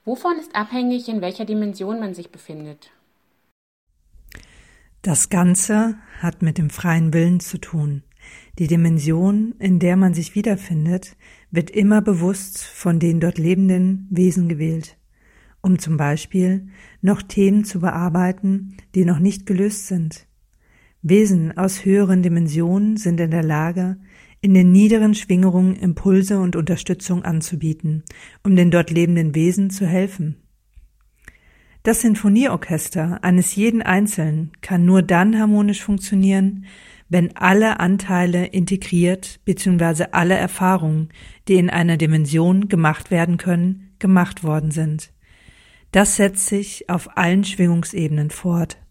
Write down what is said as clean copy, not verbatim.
Wovon ist abhängig, in welcher Dimension man sich befindet? Das Ganze hat mit dem freien Willen zu tun. Die Dimension, in der man sich wiederfindet, wird immer bewusst von den dort lebenden Wesen gewählt, um zum Beispiel noch Themen zu bearbeiten, die noch nicht gelöst sind. Wesen aus höheren Dimensionen sind in der Lage, in den niederen Schwingungen Impulse und Unterstützung anzubieten, um den dort lebenden Wesen zu helfen. Das Sinfonieorchester eines jeden Einzelnen kann nur dann harmonisch funktionieren, wenn alle Anteile integriert bzw. alle Erfahrungen, die in einer Dimension gemacht werden können, gemacht worden sind. Das setzt sich auf allen Schwingungsebenen fort.